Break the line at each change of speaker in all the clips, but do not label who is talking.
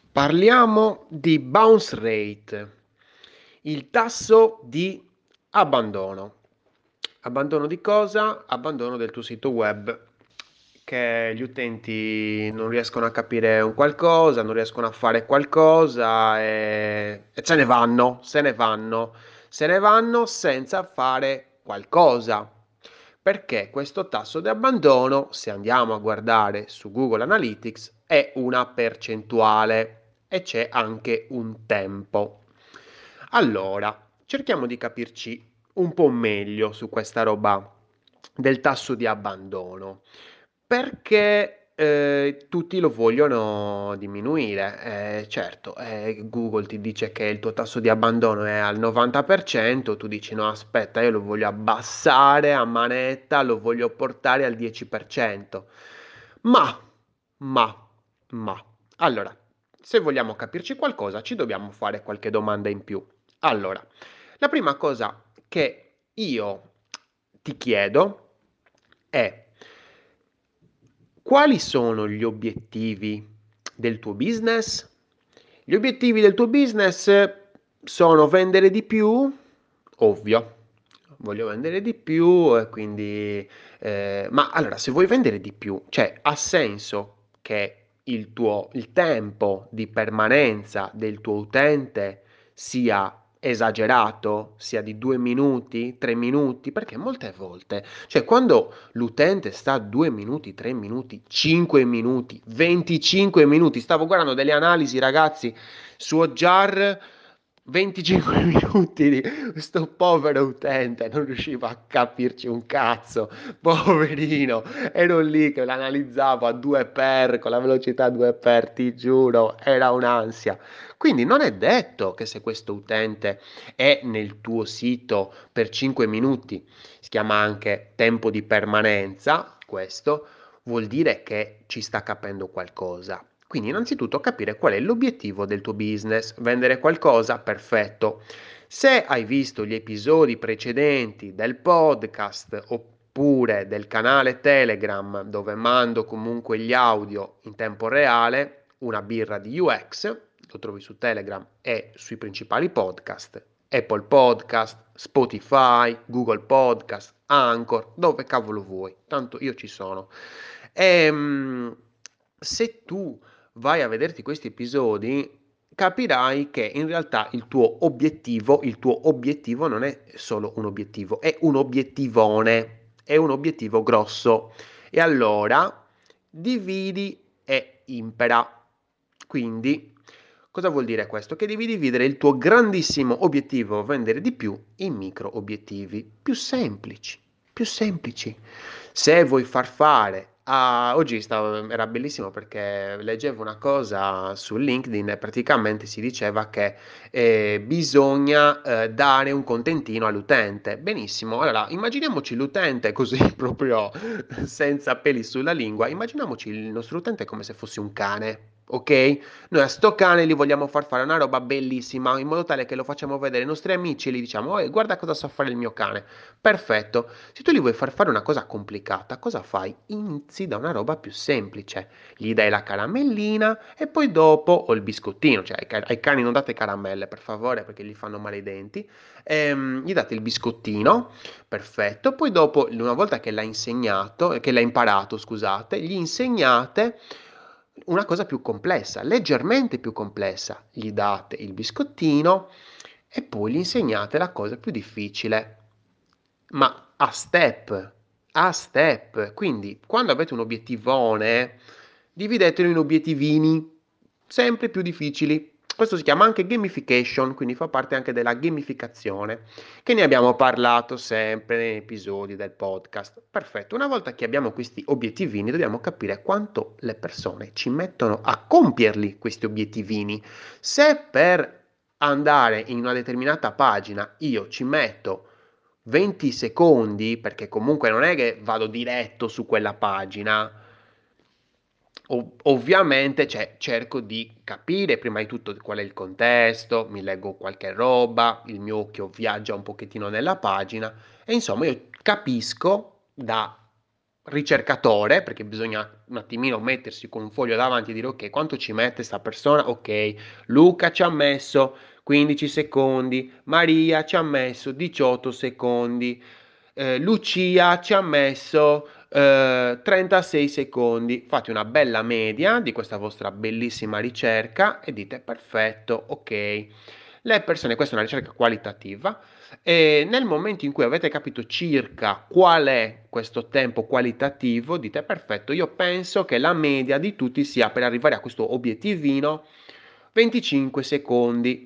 Parliamo di bounce rate, il tasso di abbandono. Abbandono di cosa? Abbandono del tuo sito web, che gli utenti non riescono a capire un qualcosa, non riescono a fare qualcosa e se ne vanno senza fare qualcosa. Perché questo tasso di abbandono, se andiamo a guardare su Google Analytics, è una percentuale e c'è anche un tempo. Allora, cerchiamo di capirci un po' meglio su questa roba del tasso di abbandono. Perché tutti lo vogliono diminuire. Certo, Google ti dice che il tuo tasso di abbandono è al 90%, tu dici no, aspetta, io lo voglio abbassare a manetta, lo voglio portare al 10%. Ma, ma, ma. Allora, se vogliamo capirci qualcosa, ci dobbiamo fare qualche domanda in più. Allora, la prima cosa che io ti chiedo è quali sono gli obiettivi del tuo business? Gli obiettivi del tuo business sono vendere di più? Ovvio, voglio vendere di più e quindi... ma allora, se vuoi vendere di più, cioè ha senso che il tempo di permanenza del tuo utente sia esagerato, sia di 2 minuti, 3 minuti, perché molte volte, cioè quando l'utente sta 2 minuti, 3 minuti, 5 minuti, 25 minuti, stavo guardando delle analisi, ragazzi, su Hotjar, 25 minuti di questo povero utente non riusciva a capirci un cazzo, poverino, ero lì che l'analizzavo a 2 per, con la velocità 2 per, ti giuro, era un'ansia. Quindi non è detto che se questo utente è nel tuo sito per 5 minuti, si chiama anche tempo di permanenza, questo vuol dire che ci sta capendo qualcosa. Quindi innanzitutto capire qual è l'obiettivo del tuo business, vendere qualcosa, perfetto. Se hai visto gli episodi precedenti del podcast oppure del canale Telegram dove mando comunque gli audio in tempo reale, una birra di UX, lo trovi su Telegram e sui principali podcast, Apple Podcast, Spotify, Google Podcast, Anchor, dove cavolo vuoi, tanto io ci sono. Se tu vai a vederti questi episodi, capirai che in realtà il tuo obiettivo non è solo un obiettivo, è un obiettivone, è un obiettivo grosso. E allora dividi e impera. Quindi, cosa vuol dire questo? Che devi dividere il tuo grandissimo obiettivo, vendere di più, in micro obiettivi più semplici, più semplici. Se vuoi far fare oggi era bellissimo perché leggevo una cosa su LinkedIn e praticamente si diceva che bisogna dare un contentino all'utente. Benissimo, allora immaginiamoci l'utente così proprio senza peli sulla lingua, immaginiamoci il nostro utente come se fosse un cane. Ok? Noi a sto cane gli vogliamo far fare una roba bellissima in modo tale che lo facciamo vedere ai nostri amici e gli diciamo: "Oh, guarda cosa sa fare il mio cane." Perfetto. Se tu gli vuoi far fare una cosa complicata, cosa fai? Inizi da una roba più semplice. Gli dai la caramellina e poi dopo, o il biscottino, cioè ai cani non date caramelle per favore perché gli fanno male i denti. Gli date il biscottino, perfetto. Poi dopo, una volta che l'ha insegnato, che l'ha imparato, scusate, gli insegnate una cosa più complessa, leggermente più complessa. Gli date il biscottino e poi gli insegnate la cosa più difficile, ma a step. Quindi, quando avete un obiettivone, dividetelo in obiettivini sempre più difficili. Questo si chiama anche gamification, quindi fa parte anche della gamificazione, che ne abbiamo parlato sempre nei episodi del podcast. Perfetto, una volta che abbiamo questi obiettivini, dobbiamo capire quanto le persone ci mettono a compierli, questi obiettivini. Se per andare in una determinata pagina io ci metto 20 secondi, perché comunque non è che vado diretto su quella pagina, ovviamente cioè, cerco di capire prima di tutto qual è il contesto, mi leggo qualche roba, il mio occhio viaggia un pochettino nella pagina e insomma io capisco da ricercatore, perché bisogna un attimino mettersi con un foglio davanti e dire ok, quanto ci mette sta persona? Ok, Luca ci ha messo 15 secondi, Maria ci ha messo 18 secondi, Lucia ci ha messo 36 secondi. Fate una bella media di questa vostra bellissima ricerca e dite perfetto, ok. Le persone, questa è una ricerca qualitativa, e nel momento in cui avete capito circa qual è questo tempo qualitativo, dite perfetto, io penso che la media di tutti sia per arrivare a questo obiettivino 25 secondi.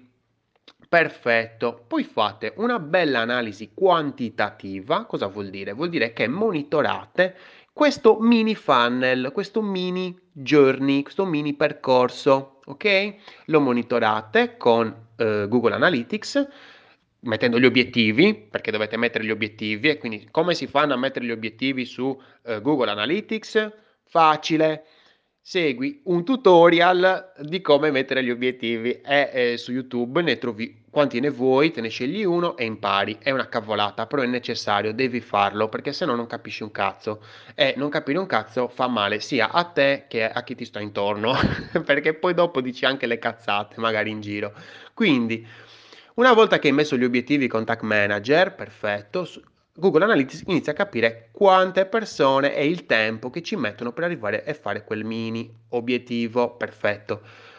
Perfetto, poi fate una bella analisi quantitativa. Cosa vuol dire? Vuol dire che monitorate questo mini funnel, questo mini journey, questo mini percorso, ok? Lo monitorate con Google Analytics, mettendo gli obiettivi, perché dovete mettere gli obiettivi, e quindi come si fanno a mettere gli obiettivi su Google Analytics? Facile. Segui un tutorial di come mettere gli obiettivi e su YouTube ne trovi quanti ne vuoi, te ne scegli uno e impari. È una cavolata, però è necessario, devi farlo perché se no non capisci un cazzo. E non capire un cazzo fa male sia a te che a chi ti sta intorno, perché poi dopo dici anche le cazzate, magari in giro. Quindi, una volta che hai messo gli obiettivi con Tag Manager, perfetto, Google Analytics inizia a capire quante persone e il tempo che ci mettono per arrivare a fare quel mini obiettivo perfetto.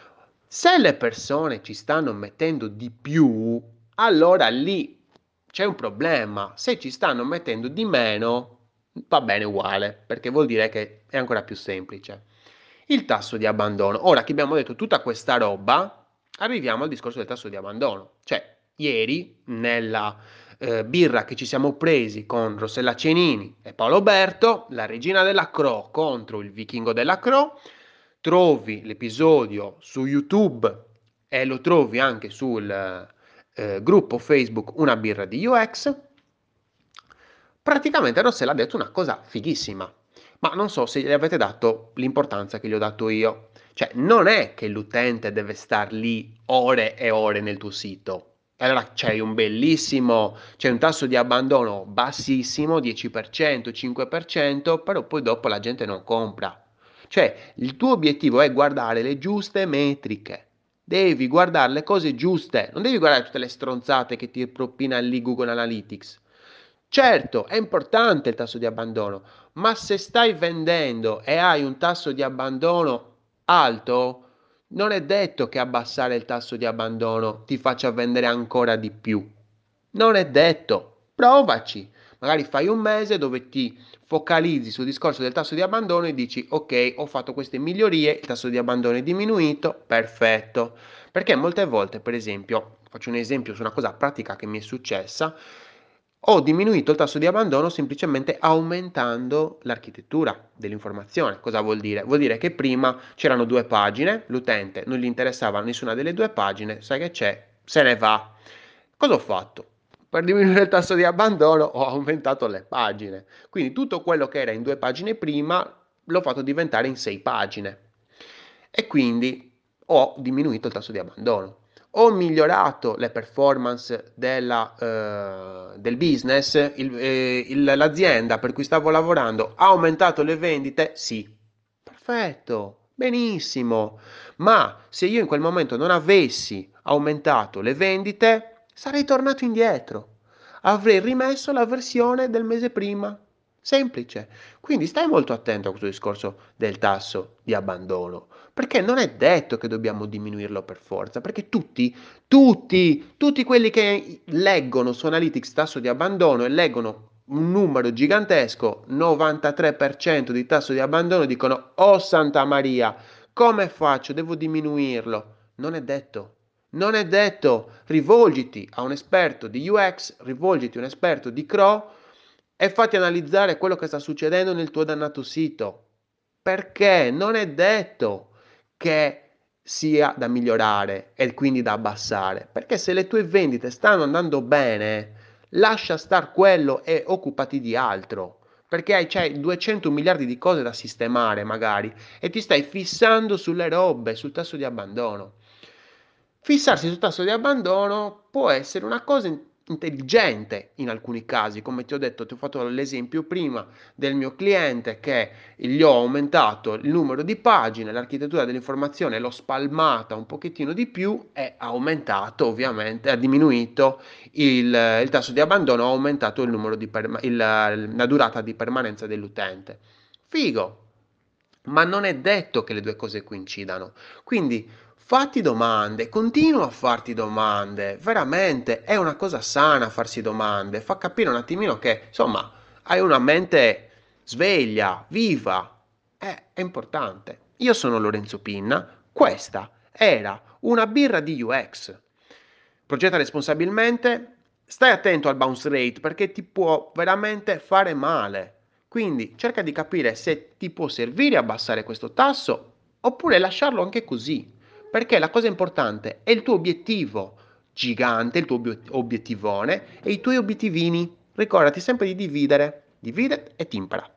Se le persone ci stanno mettendo di più, allora lì c'è un problema. Se ci stanno mettendo di meno, va bene uguale, perché vuol dire che è ancora più semplice. Il tasso di abbandono. Ora che abbiamo detto tutta questa roba, arriviamo al discorso del tasso di abbandono. Cioè, ieri nella birra che ci siamo presi con Rossella Cenini e Paolo Berto, la regina della Cro contro il vichingo della Cro, trovi l'episodio su YouTube e lo trovi anche sul gruppo Facebook Una birra di UX. Praticamente Rossella ha detto una cosa fighissima, ma non so se gli avete dato l'importanza che gli ho dato io. Cioè, non è che l'utente deve star lì ore e ore nel tuo sito. Allora c'è un tasso di abbandono bassissimo, 10%, 5%, però poi dopo la gente non compra. Cioè, il tuo obiettivo è guardare le giuste metriche. Devi guardare le cose giuste, non devi guardare tutte le stronzate che ti propina lì Google Analytics. Certo, è importante il tasso di abbandono, ma se stai vendendo e hai un tasso di abbandono alto, non è detto che abbassare il tasso di abbandono ti faccia vendere ancora di più. Non è detto. Provaci. Magari fai un mese dove ti focalizzi sul discorso del tasso di abbandono e dici ok, ho fatto queste migliorie, il tasso di abbandono è diminuito, perfetto. Perché molte volte, per esempio, faccio un esempio su una cosa pratica che mi è successa, ho diminuito il tasso di abbandono semplicemente aumentando l'architettura dell'informazione. Cosa vuol dire? Vuol dire che prima c'erano due pagine, l'utente non gli interessava nessuna delle due pagine, sai che c'è, se ne va. Cosa ho fatto? Per diminuire il tasso di abbandono ho aumentato le pagine. Quindi tutto quello che era in due pagine prima l'ho fatto diventare in 6 pagine. E quindi ho diminuito il tasso di abbandono. Ho migliorato le performance del business, l'azienda per cui stavo lavorando ha aumentato le vendite? Sì. Perfetto, benissimo. Ma se io in quel momento non avessi aumentato le vendite, sarei tornato indietro. Avrei rimesso la versione del mese prima. Semplice. Quindi stai molto attento a questo discorso del tasso di abbandono, perché non è detto che dobbiamo diminuirlo per forza, perché tutti quelli che leggono su Analytics tasso di abbandono e leggono un numero gigantesco, 93% di tasso di abbandono, dicono, oh Santa Maria, come faccio? Devo diminuirlo. Non è detto. Non è detto. Rivolgiti a un esperto di UX, rivolgiti a un esperto di CRO e fatti analizzare quello che sta succedendo nel tuo dannato sito. Perché non è detto che sia da migliorare e quindi da abbassare. Perché se le tue vendite stanno andando bene, lascia star quello e occupati di altro. Perché c'hai 200 miliardi di cose da sistemare magari e ti stai fissando sulle robe, sul tasso di abbandono. Fissarsi sul tasso di abbandono può essere una cosa intelligente in alcuni casi, come ti ho detto, ti ho fatto l'esempio prima del mio cliente che gli ho aumentato il numero di pagine, l'architettura dell'informazione l'ho spalmata un pochettino di più e ha aumentato ovviamente, ha diminuito il tasso di abbandono, ha aumentato il numero di la durata di permanenza dell'utente. Figo, ma non è detto che le due cose coincidano. Quindi fatti domande, continua a farti domande, veramente è una cosa sana farsi domande, fa capire un attimino che insomma hai una mente sveglia, viva, è importante. Io sono Lorenzo Pinna, questa era una birra di UX. Progetta responsabilmente, stai attento al bounce rate perché ti può veramente fare male. Quindi cerca di capire se ti può servire abbassare questo tasso oppure lasciarlo anche così, perché la cosa importante è il tuo obiettivo gigante, il tuo obiettivone e i tuoi obiettivini. Ricordati sempre di dividere, divide e timpera.